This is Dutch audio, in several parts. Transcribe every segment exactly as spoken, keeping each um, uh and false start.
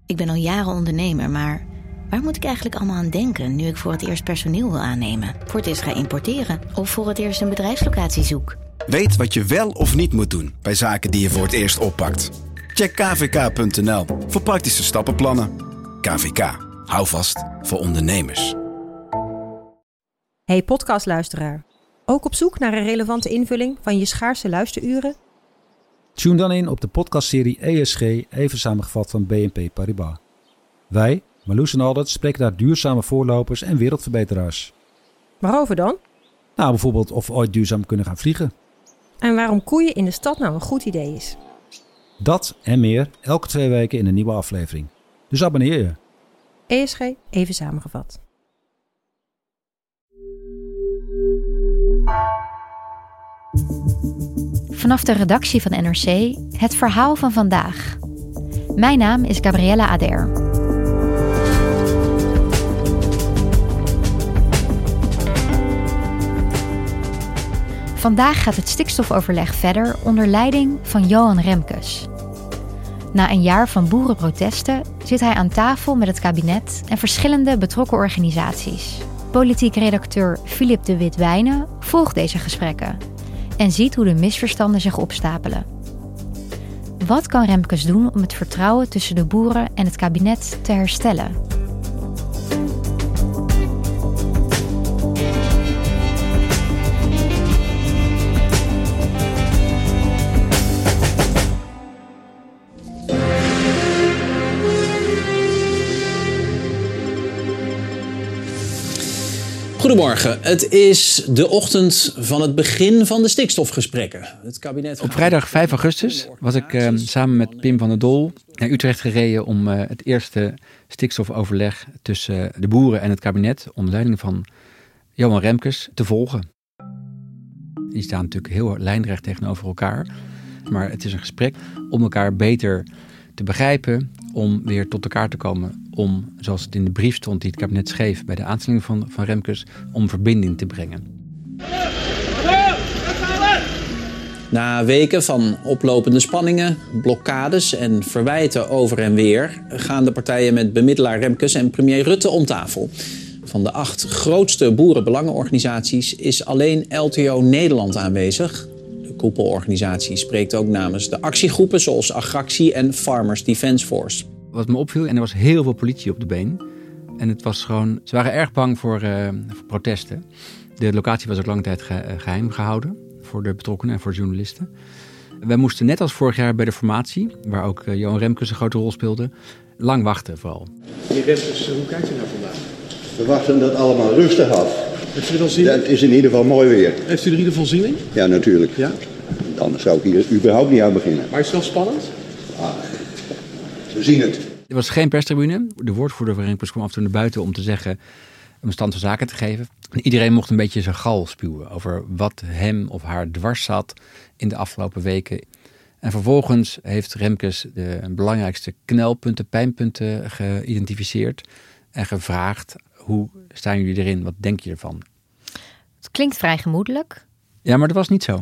Ik ben al jaren ondernemer, maar waar moet ik eigenlijk allemaal aan denken nu ik voor het eerst personeel wil aannemen, voor het eerst ga importeren of voor het eerst een bedrijfslocatie zoek? Weet wat je wel of niet moet doen bij zaken die je voor het eerst oppakt. Check k v k punt n l voor praktische stappenplannen. K V K, hou vast voor ondernemers. Hey podcastluisteraar, ook op zoek naar een relevante invulling van je schaarse luisteruren? Tune dan in op de podcastserie E S G, even samengevat van B N P Paribas. Wij, Marloes en Aldert, spreken daar duurzame voorlopers en wereldverbeteraars. Waarover dan? Nou, bijvoorbeeld of we ooit duurzaam kunnen gaan vliegen. En waarom koeien in de stad nou een goed idee is. Dat en meer elke twee weken in een nieuwe aflevering. Dus abonneer je. E S G, even samengevat. Vanaf de redactie van N R C, het verhaal van vandaag. Mijn naam is Gabriella Ader. Vandaag gaat het stikstofoverleg verder onder leiding van Johan Remkes. Na een jaar van boerenprotesten zit hij aan tafel met het kabinet en verschillende betrokken organisaties. Politiek redacteur Philip de Wit-Wijnen volgt deze gesprekken en ziet hoe de misverstanden zich opstapelen. Wat kan Remkes doen om het vertrouwen tussen de boeren en het kabinet te herstellen? Goedemorgen, het is de ochtend van het begin van de stikstofgesprekken. Het kabinet Op vrijdag vijf augustus was ik uh, samen met Pim van der Doel naar Utrecht gereden om uh, het eerste stikstofoverleg tussen uh, de boeren en het kabinet onder leiding van Johan Remkes te volgen. Die staan natuurlijk heel lijnrecht tegenover elkaar, maar het is een gesprek om elkaar beter te begrijpen, om weer tot elkaar te komen, om, zoals het in de brief stond die het kabinet schreef bij de aanstelling van, van Remkes, om verbinding te brengen. Na weken van oplopende spanningen, blokkades en verwijten over en weer gaan de partijen met bemiddelaar Remkes en premier Rutte om tafel. Van de acht grootste boerenbelangenorganisaties is alleen L T O Nederland aanwezig. De koepelorganisatie spreekt ook namens de actiegroepen zoals Agractie en Farmers Defence Force. Wat me opviel, en er was heel veel politie op de been. En het was gewoon, ze waren erg bang voor, uh, voor protesten. De locatie was ook lange tijd ge, geheim gehouden voor de betrokkenen en voor de journalisten. Wij moesten net als vorig jaar bij de formatie, waar ook uh, Johan Remkes een grote rol speelde, lang wachten vooral. Meneer Remkes, hoe kijkt u nou vandaag? We wachten dat allemaal rustig af. Heeft u er al zin in? Het is in ieder geval mooi weer. Heeft u er in ieder geval zin in? Ja, natuurlijk. Ja? Dan zou ik hier überhaupt niet aan beginnen. Maar is het wel spannend? Ah, we zien het. Er was geen perstribune. De woordvoerder van Remkes kwam af en toe naar buiten om te zeggen, om stand van zaken te geven. En iedereen mocht een beetje zijn gal spuwen over wat hem of haar dwars zat in de afgelopen weken. En vervolgens heeft Remkes de belangrijkste knelpunten, pijnpunten geïdentificeerd en gevraagd, hoe staan jullie erin? Wat denk je ervan? Het klinkt vrij gemoedelijk. Ja, maar dat was niet zo.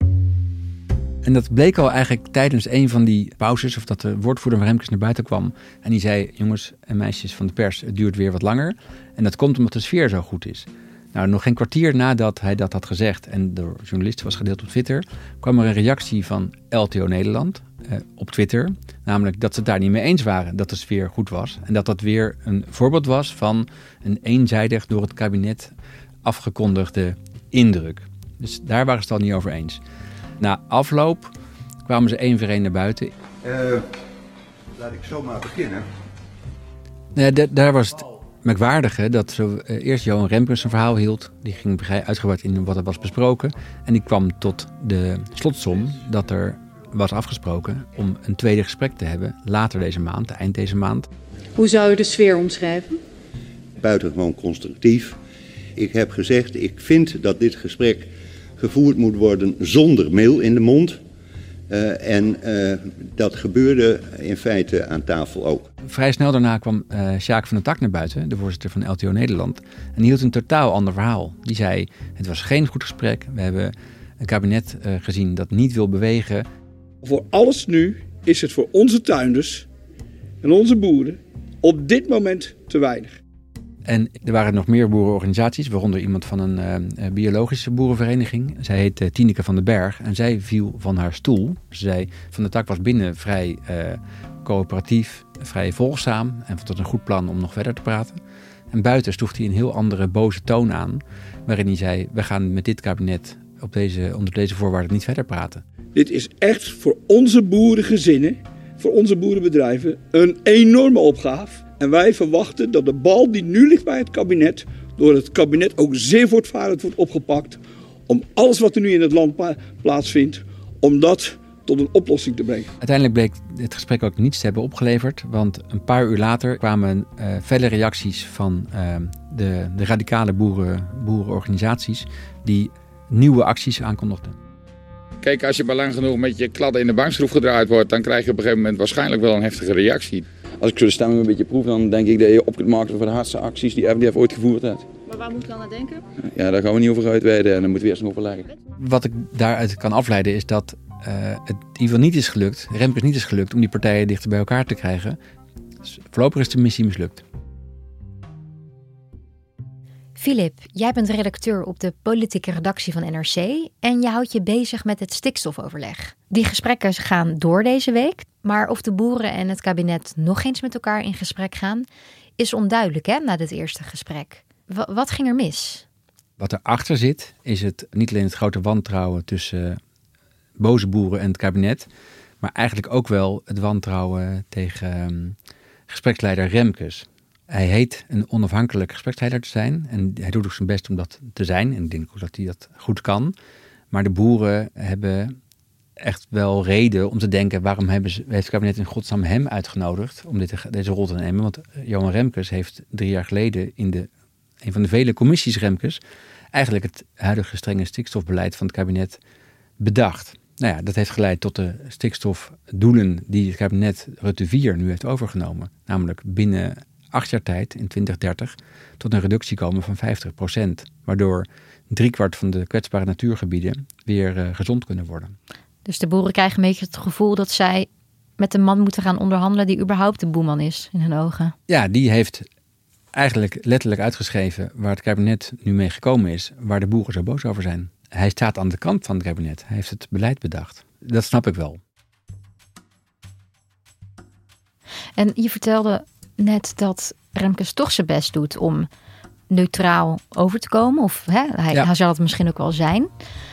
En dat bleek al eigenlijk tijdens een van die pauzes, of dat de woordvoerder van Remkes naar buiten kwam. En die zei, jongens en meisjes van de pers, het duurt weer wat langer. En dat komt omdat de sfeer zo goed is. Nou, nog geen kwartier nadat hij dat had gezegd en door journalisten was gedeeld op Twitter, kwam er een reactie van L T O Nederland eh, op Twitter. Namelijk dat ze het daar niet mee eens waren, dat de sfeer goed was. En dat dat weer een voorbeeld was van een eenzijdig door het kabinet afgekondigde indruk. Dus daar waren ze het al niet over eens. Na afloop kwamen ze één voor één naar buiten. Uh, laat ik zomaar beginnen. Ja, d- daar was het merkwaardige dat zo, uh, eerst Johan Remkes een verhaal hield. Die ging uitgebreid in wat er was besproken. En die kwam tot de slotsom dat er was afgesproken om een tweede gesprek te hebben later deze maand, eind deze maand. Hoe zou u de sfeer omschrijven? Buitengewoon constructief. Ik heb gezegd, ik vind dat dit gesprek gevoerd moet worden zonder meel in de mond. Uh, en uh, dat gebeurde in feite aan tafel ook. Vrij snel daarna kwam uh, Sjaak van der Tak naar buiten, de voorzitter van L T O Nederland. En die hield een totaal ander verhaal. Die zei, het was geen goed gesprek. We hebben een kabinet uh, gezien dat niet wil bewegen. Voor alles nu is het voor onze tuinders en onze boeren op dit moment te weinig. En er waren nog meer boerenorganisaties, waaronder iemand van een uh, biologische boerenvereniging. Zij heet uh, Tineke van den Berg en zij viel van haar stoel. Ze zei, Van der Tak was binnen vrij uh, coöperatief, vrij volgzaam en vond het een goed plan om nog verder te praten. En buiten sloeg hij een heel andere boze toon aan, waarin hij zei, we gaan met dit kabinet op deze, onder deze voorwaarden niet verder praten. Dit is echt voor onze boerengezinnen, voor onze boerenbedrijven, een enorme opgave. En wij verwachten dat de bal die nu ligt bij het kabinet, door het kabinet ook zeer voortvarend wordt opgepakt, om alles wat er nu in het land pla- plaatsvindt, om dat tot een oplossing te brengen. Uiteindelijk bleek het gesprek ook niets te hebben opgeleverd, want een paar uur later kwamen uh, felle reacties van uh, de, de radicale boeren, boerenorganisaties die nieuwe acties aankondigden. Kijk, als je maar lang genoeg met je kladden in de bankschroef gedraaid wordt, dan krijg je op een gegeven moment waarschijnlijk wel een heftige reactie. Als ik zo de stemming een beetje proef, dan denk ik dat je op kunt maken voor de hardste acties die F D F ooit gevoerd heeft. Maar waar moet ik dan aan denken? Ja, daar gaan we niet over uitweiden en dan moeten we eerst nog overleggen. Wat ik daaruit kan afleiden is dat uh, het in ieder geval niet is gelukt, Remkes niet is gelukt om die partijen dichter bij elkaar te krijgen. Dus voorlopig is de missie mislukt. Filip, jij bent redacteur op de politieke redactie van N R C en je houdt je bezig met het stikstofoverleg. Die gesprekken gaan door deze week, maar of de boeren en het kabinet nog eens met elkaar in gesprek gaan, is onduidelijk hè, na dit eerste gesprek. W- wat ging er mis? Wat erachter zit, is het niet alleen het grote wantrouwen tussen uh, boze boeren en het kabinet, maar eigenlijk ook wel het wantrouwen tegen um, gespreksleider Remkes. Hij heet een onafhankelijk gespreksleider te zijn en hij doet ook zijn best om dat te zijn. En ik denk ook dat hij dat goed kan. Maar de boeren hebben echt wel reden om te denken, waarom hebben ze, heeft het kabinet in godsnaam hem uitgenodigd om dit, deze rol te nemen? Want Johan Remkes heeft drie jaar geleden in de, een van de vele commissies Remkes eigenlijk het huidige strenge stikstofbeleid van het kabinet bedacht. Nou ja, dat heeft geleid tot de stikstofdoelen die het kabinet Rutte vier nu heeft overgenomen. Namelijk binnen acht jaar tijd, in twintig dertig, tot een reductie komen van vijftig procent. Waardoor driekwart van de kwetsbare natuurgebieden weer uh, gezond kunnen worden. Dus de boeren krijgen een beetje het gevoel dat zij met een man moeten gaan onderhandelen die überhaupt de boeman is in hun ogen. Ja, die heeft eigenlijk letterlijk uitgeschreven waar het kabinet nu mee gekomen is, waar de boeren zo boos over zijn. Hij staat aan de kant van het kabinet. Hij heeft het beleid bedacht. Dat snap ik wel. En je vertelde net dat Remkes toch zijn best doet om neutraal over te komen. Of hè, hij, ja. hij zal het misschien ook wel zijn.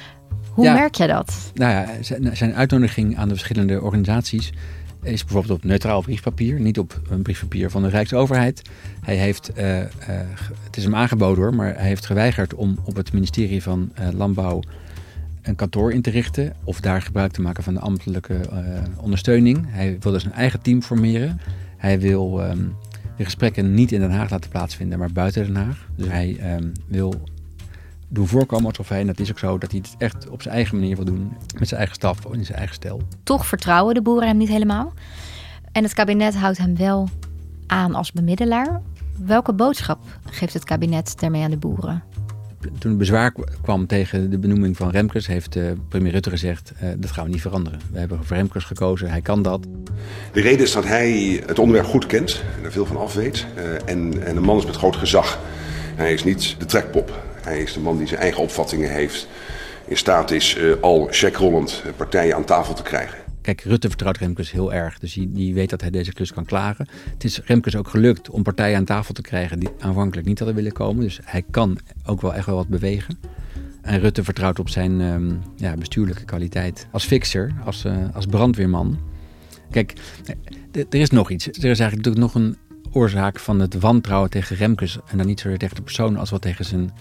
Hoe ja. merk je dat? Nou ja, zijn, zijn uitnodiging aan de verschillende organisaties is bijvoorbeeld op neutraal briefpapier. Niet op een briefpapier van de Rijksoverheid. Hij heeft, uh, uh, het is hem aangeboden hoor, maar hij heeft geweigerd om op het ministerie van uh, Landbouw een kantoor in te richten. Of daar gebruik te maken van de ambtelijke uh, ondersteuning. Hij wil dus een eigen team formeren. Hij wil um, de gesprekken niet in Den Haag laten plaatsvinden, maar buiten Den Haag. Dus hij um, wil doen voorkomen alsof hij, en dat is ook zo, dat hij het echt op zijn eigen manier wil doen. Met zijn eigen staf, in zijn eigen stijl. Toch vertrouwen de boeren hem niet helemaal. En het kabinet houdt hem wel aan als bemiddelaar. Welke boodschap geeft het kabinet daarmee aan de boeren? Toen het bezwaar kwam tegen de benoeming van Remkes, heeft uh, premier Rutte gezegd, uh, dat gaan we niet veranderen. We hebben voor Remkes gekozen, hij kan dat. De reden is dat hij het onderwerp goed kent en er veel van af weet. Uh, en, en een man is met groot gezag. Hij is niet de trekpop. Hij is de man die zijn eigen opvattingen heeft. In staat is uh, al checkrollend partijen aan tafel te krijgen. Kijk, Rutte vertrouwt Remkes heel erg. Dus die, die weet dat hij deze klus kan klaren. Het is Remkes ook gelukt om partijen aan tafel te krijgen die aanvankelijk niet hadden willen komen. Dus hij kan ook wel echt wel wat bewegen. En Rutte vertrouwt op zijn um, ja, bestuurlijke kwaliteit als fixer, als, uh, als brandweerman. Kijk, er is nog iets. Er is eigenlijk natuurlijk nog een oorzaak van het wantrouwen tegen Remkes. En dan niet zozeer tegen de persoon als wat tegen zijn,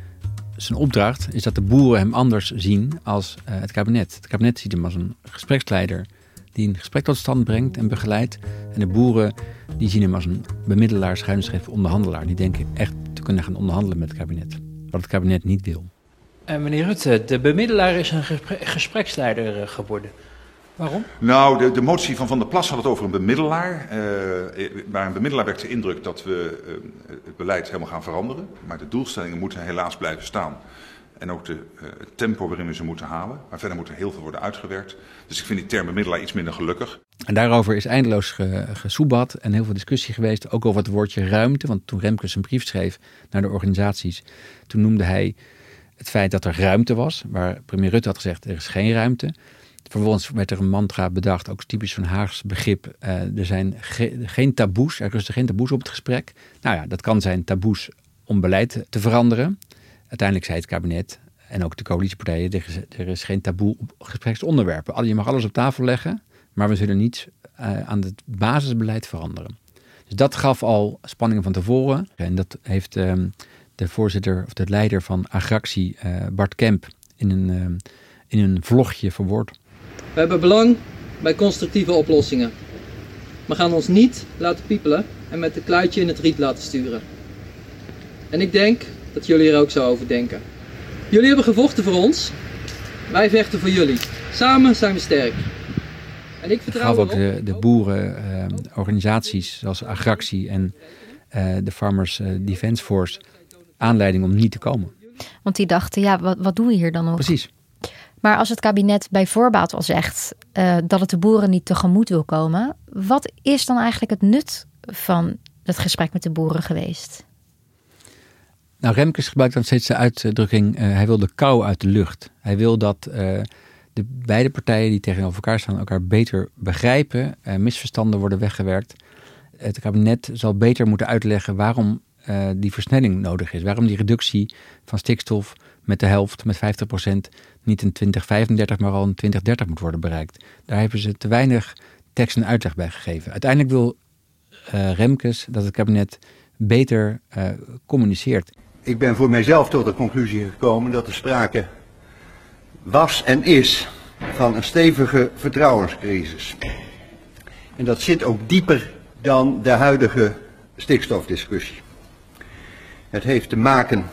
zijn opdracht. Is dat de boeren hem anders zien als uh, het kabinet. Het kabinet ziet hem als een gespreksleider die een gesprek tot stand brengt en begeleidt. En de boeren die zien hem als een bemiddelaar, schuinschrift, onderhandelaar. Die denken echt te kunnen gaan onderhandelen met het kabinet. Wat het kabinet niet wil. Uh, meneer Rutte, de bemiddelaar is een gespre- gespreksleider uh, geworden. Waarom? Nou, de, de motie van Van der Plas had het over een bemiddelaar. Uh, maar een bemiddelaar wekt de indruk dat we uh, het beleid helemaal gaan veranderen. Maar de doelstellingen moeten helaas blijven staan. En ook de, uh, het tempo waarin we ze moeten halen. Maar verder moet er heel veel worden uitgewerkt. Dus ik vind die term bemiddelaar iets minder gelukkig. En daarover is eindeloos ge, gesoebat en heel veel discussie geweest. Ook over het woordje ruimte. Want toen Remkes een brief schreef naar de organisaties, toen noemde hij het feit dat er ruimte was. Waar premier Rutte had gezegd, er is geen ruimte. Vervolgens werd er een mantra bedacht, ook typisch zo'n Haags begrip. Uh, er zijn ge, geen taboes, er rusten geen taboes op het gesprek. Nou ja, dat kan zijn taboes om beleid te veranderen. Uiteindelijk zei het kabinet en ook de coalitiepartijen, er is, er is geen taboe op gespreksonderwerpen. Je mag alles op tafel leggen, maar we zullen niets uh, aan het basisbeleid veranderen. Dus dat gaf al spanningen van tevoren. En dat heeft uh, de voorzitter of de leider van Agractie, uh, Bart Kemp, in een, uh, in een vlogje verwoord. We hebben belang bij constructieve oplossingen. We gaan ons niet laten piepelen en met een kluitje in het riet laten sturen. En ik denk dat jullie er ook zo over denken. Jullie hebben gevochten voor ons. Wij vechten voor jullie. Samen zijn we sterk. En ik vertrouw gaf ook erop. de, de boerenorganisaties uh, zoals Agractie en uh, de Farmers uh, Defence Force aanleiding om niet te komen. Want die dachten, ja, wat, wat doen we hier dan nog? Precies. Maar als het kabinet bij voorbaat al zegt uh, dat het de boeren niet tegemoet wil komen, wat is dan eigenlijk het nut van het gesprek met de boeren geweest? Nou, Remkes gebruikt dan steeds de uitdrukking, uh, hij wil de kou uit de lucht. Hij wil dat uh, de beide partijen die tegenover elkaar staan elkaar beter begrijpen, uh, misverstanden worden weggewerkt. Het kabinet zal beter moeten uitleggen waarom uh, die versnelling nodig is. Waarom die reductie van stikstof met de helft, met vijftig procent, niet in twintig vijfendertig, maar al in twintig dertig moet worden bereikt. Daar hebben ze te weinig tekst en uitleg bij gegeven. Uiteindelijk wil uh, Remkes dat het kabinet beter uh, communiceert. Ik ben voor mijzelf tot de conclusie gekomen dat er sprake was en is van een stevige vertrouwenscrisis. En dat zit ook dieper dan de huidige stikstofdiscussie. Het heeft te maken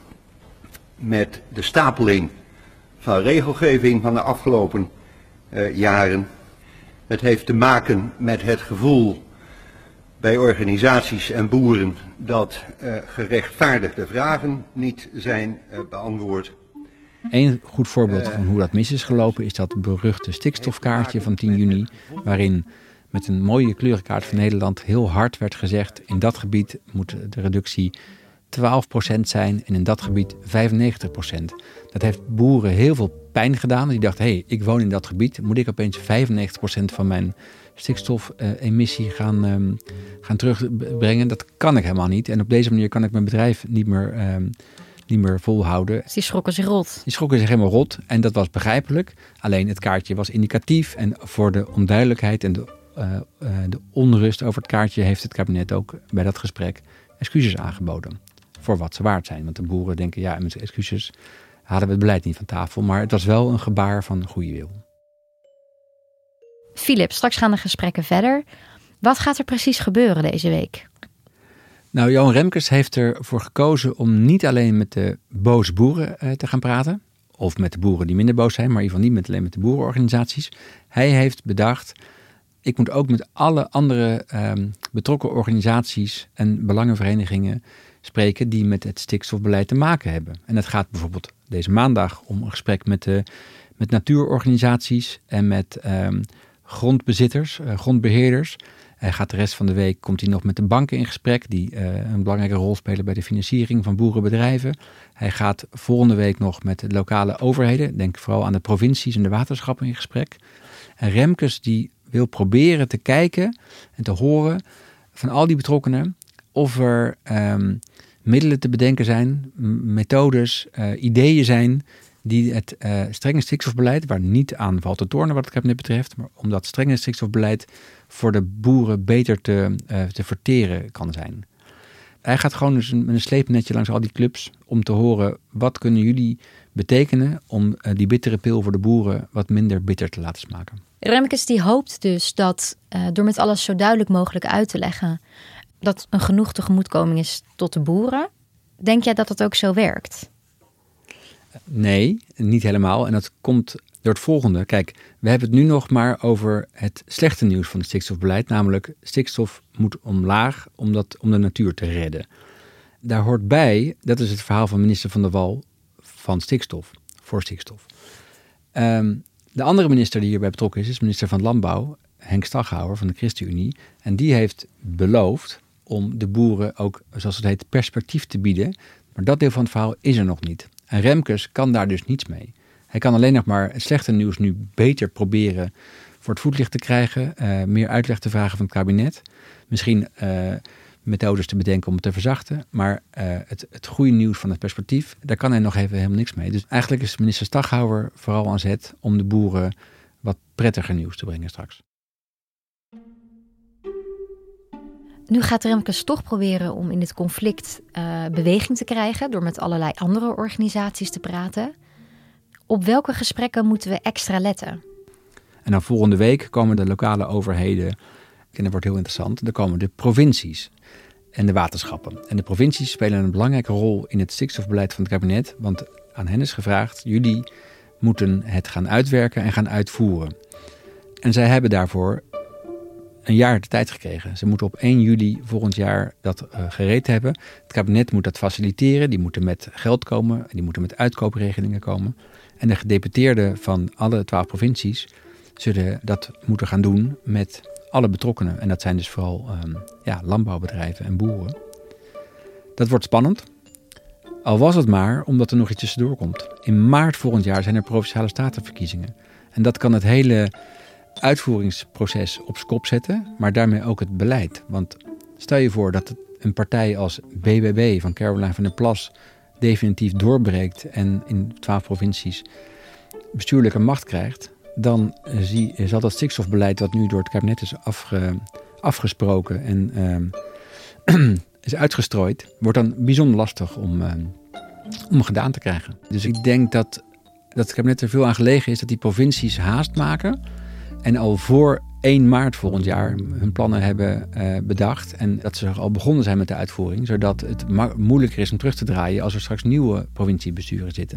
met de stapeling van regelgeving van de afgelopen uh, jaren. Het heeft te maken met het gevoel bij organisaties en boeren dat uh, gerechtvaardigde vragen niet zijn uh, beantwoord. Eén goed voorbeeld van hoe dat mis is gelopen is dat beruchte stikstofkaartje van tien juni, waarin met een mooie kleurenkaart van Nederland heel hard werd gezegd, in dat gebied moet de reductie twaalf procent zijn en in dat gebied vijfennegentig procent. Dat heeft boeren heel veel pijn gedaan. Die dachten, hé, hey, ik woon in dat gebied, moet ik opeens vijfennegentig procent van mijn stikstofemissie gaan, um, gaan terugbrengen? Dat kan ik helemaal niet. En op deze manier kan ik mijn bedrijf niet meer, um, niet meer volhouden. Dus die schrokken zich rot. Die schrokken zich helemaal rot en dat was begrijpelijk. Alleen het kaartje was indicatief en voor de onduidelijkheid en de, uh, uh, de onrust over het kaartje heeft het kabinet ook bij dat gesprek excuses aangeboden. Voor wat ze waard zijn. Want de boeren denken, ja, met excuses halen we het beleid niet van tafel. Maar het was wel een gebaar van goede wil. Philip, straks gaan de gesprekken verder. Wat gaat er precies gebeuren deze week? Nou, Johan Remkes heeft ervoor gekozen om niet alleen met de boze boeren uh, te gaan praten. Of met de boeren die minder boos zijn, maar in ieder geval niet met alleen met de boerenorganisaties. Hij heeft bedacht, ik moet ook met alle andere um, betrokken organisaties en belangenverenigingen spreken die met het stikstofbeleid te maken hebben. En het gaat bijvoorbeeld deze maandag om een gesprek met, de, met natuurorganisaties en met um, grondbezitters, uh, grondbeheerders. Hij gaat de rest van de week, komt hij nog met de banken in gesprek die uh, een belangrijke rol spelen bij de financiering van boerenbedrijven. Hij gaat volgende week nog met de lokale overheden, denk vooral aan de provincies en de waterschappen in gesprek. En Remkes die wil proberen te kijken en te horen van al die betrokkenen of er um, middelen te bedenken zijn, methodes, uh, ideeën zijn die het uh, strenge stikstofbeleid, waar niet aan valt te tornen wat het kabinet betreft, maar om dat strenge stikstofbeleid voor de boeren beter te, uh, te verteren kan zijn. Hij gaat gewoon dus met een sleepnetje langs al die clubs om te horen wat kunnen jullie betekenen om uh, die bittere pil voor de boeren wat minder bitter te laten smaken. Remkes die hoopt dus dat uh, door met alles zo duidelijk mogelijk uit te leggen dat een genoeg tegemoetkoming is tot de boeren. Denk jij dat dat ook zo werkt? Nee, niet helemaal. En dat komt door het volgende. Kijk, we hebben het nu nog maar over het slechte nieuws van het stikstofbeleid. Namelijk, stikstof moet omlaag om, dat, om de natuur te redden. Daar hoort bij, dat is het verhaal van minister Van der Wal, van stikstof, voor stikstof. Um, de andere minister die hierbij betrokken is, is minister van Landbouw, Henk Staghouwer van de ChristenUnie. En die heeft beloofd om de boeren ook, zoals het heet, perspectief te bieden. Maar dat deel van het verhaal is er nog niet. En Remkes kan daar dus niets mee. Hij kan alleen nog maar het slechte nieuws nu beter proberen voor het voetlicht te krijgen. Uh, meer uitleg te vragen van het kabinet. Misschien uh, methodes te bedenken om het te verzachten. Maar uh, het, het goede nieuws van het perspectief, daar kan hij nog even helemaal niks mee. Dus eigenlijk is minister Staghouwer vooral aan zet om de boeren wat prettiger nieuws te brengen straks. Nu gaat Remkes toch proberen om in dit conflict uh, beweging te krijgen door met allerlei andere organisaties te praten. Op welke gesprekken moeten we extra letten? En dan volgende week komen de lokale overheden, en dat wordt heel interessant, dan komen de provincies en de waterschappen. En de provincies spelen een belangrijke rol in het stikstofbeleid van het kabinet, want aan hen is gevraagd, jullie moeten het gaan uitwerken en gaan uitvoeren. En zij hebben daarvoor een jaar de tijd gekregen. Ze moeten op één juli volgend jaar dat uh, gereed hebben. Het kabinet moet dat faciliteren. Die moeten met geld komen. Die moeten met uitkoopregelingen komen. En de gedeputeerden van alle twaalf provincies zullen dat moeten gaan doen met alle betrokkenen. En dat zijn dus vooral um, ja, landbouwbedrijven en boeren. Dat wordt spannend. Al was het maar omdat er nog iets tussendoor komt. In maart volgend jaar zijn er provinciale statenverkiezingen. En dat kan het hele uitvoeringsproces op zijn kop zetten, maar daarmee ook het beleid. Want stel je voor dat een partij als B B B van Caroline van der Plas definitief doorbreekt en in twaalf provincies bestuurlijke macht krijgt, dan zie, zal dat stikstofbeleid wat nu door het kabinet is afge, afgesproken en uh, is uitgestrooid, wordt dan bijzonder lastig om, uh, om gedaan te krijgen. Dus ik denk dat, dat het kabinet er veel aan gelegen is dat die provincies haast maken en al voor één maart volgend jaar hun plannen hebben uh, bedacht. En dat ze al begonnen zijn met de uitvoering. Zodat het ma- moeilijker is om terug te draaien als er straks nieuwe provinciebesturen zitten.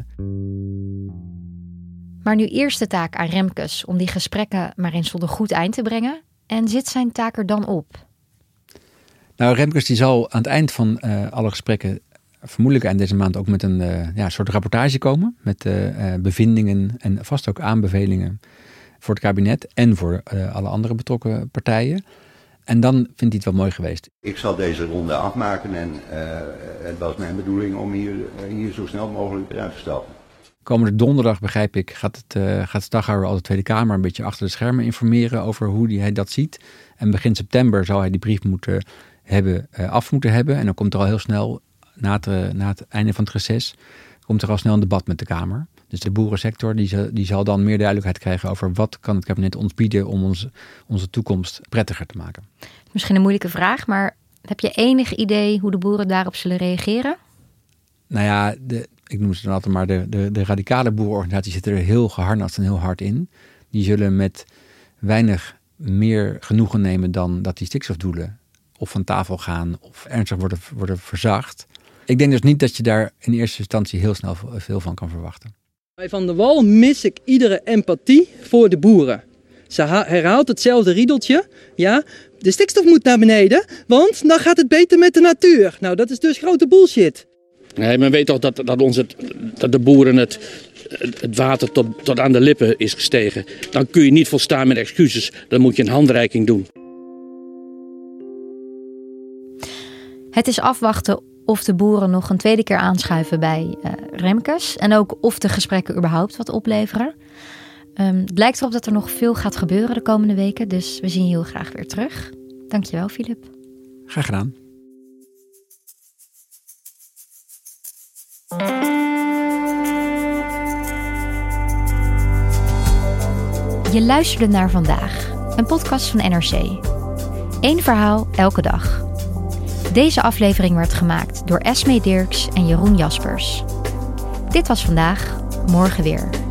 Maar nu eerst de taak aan Remkes om die gesprekken maar eens tot een goed eind te brengen. En zit zijn taak er dan op? Nou, Remkes die zal aan het eind van uh, alle gesprekken vermoedelijk eind deze maand ook met een uh, ja, soort rapportage komen. Met uh, uh, bevindingen en vast ook aanbevelingen voor het kabinet en voor uh, alle andere betrokken partijen. En dan vindt hij het wel mooi geweest. Ik zal deze ronde afmaken en uh, het was mijn bedoeling om hier, uh, hier zo snel mogelijk eruit te stappen. Komende donderdag, begrijp ik, gaat, het, uh, gaat Staghouwer al de Tweede Kamer een beetje achter de schermen informeren over hoe die, hij dat ziet. En begin september zou hij die brief moeten hebben, uh, af moeten hebben. En dan komt er al heel snel, na het, uh, na het einde van het reces, komt er al snel een debat met de Kamer. Dus de boerensector die zal, die zal dan meer duidelijkheid krijgen over wat kan het kabinet ons bieden om ons, onze toekomst prettiger te maken. Misschien een moeilijke vraag, maar heb je enig idee hoe de boeren daarop zullen reageren? Nou ja, de, ik noem ze dan altijd maar de, de, de radicale boerenorganisaties zitten er heel geharnast en heel hard in. Die zullen met weinig meer genoegen nemen dan dat die stikstofdoelen of van tafel gaan of ernstig worden, worden verzacht. Ik denk dus niet dat je daar in eerste instantie heel snel veel van kan verwachten. Bij Van der Wal mis ik iedere empathie voor de boeren. Ze herhaalt hetzelfde riedeltje. Ja, de stikstof moet naar beneden, want dan gaat het beter met de natuur. Nou, dat is dus grote bullshit. Nee, men weet toch dat, dat, onze, dat de boeren het, het water tot, tot aan de lippen is gestegen. Dan kun je niet volstaan met excuses. Dan moet je een handreiking doen. Het is afwachten of de boeren nog een tweede keer aanschuiven bij uh, Remkes. En ook of de gesprekken überhaupt wat opleveren. Um, het lijkt erop dat er nog veel gaat gebeuren de komende weken. Dus we zien je heel graag weer terug. Dankjewel, Filip. Graag gedaan. Je luisterde naar Vandaag, een podcast van N R C. Eén verhaal elke dag. Deze aflevering werd gemaakt door Esmee Dirks en Jeroen Jaspers. Dit was Vandaag, morgen weer.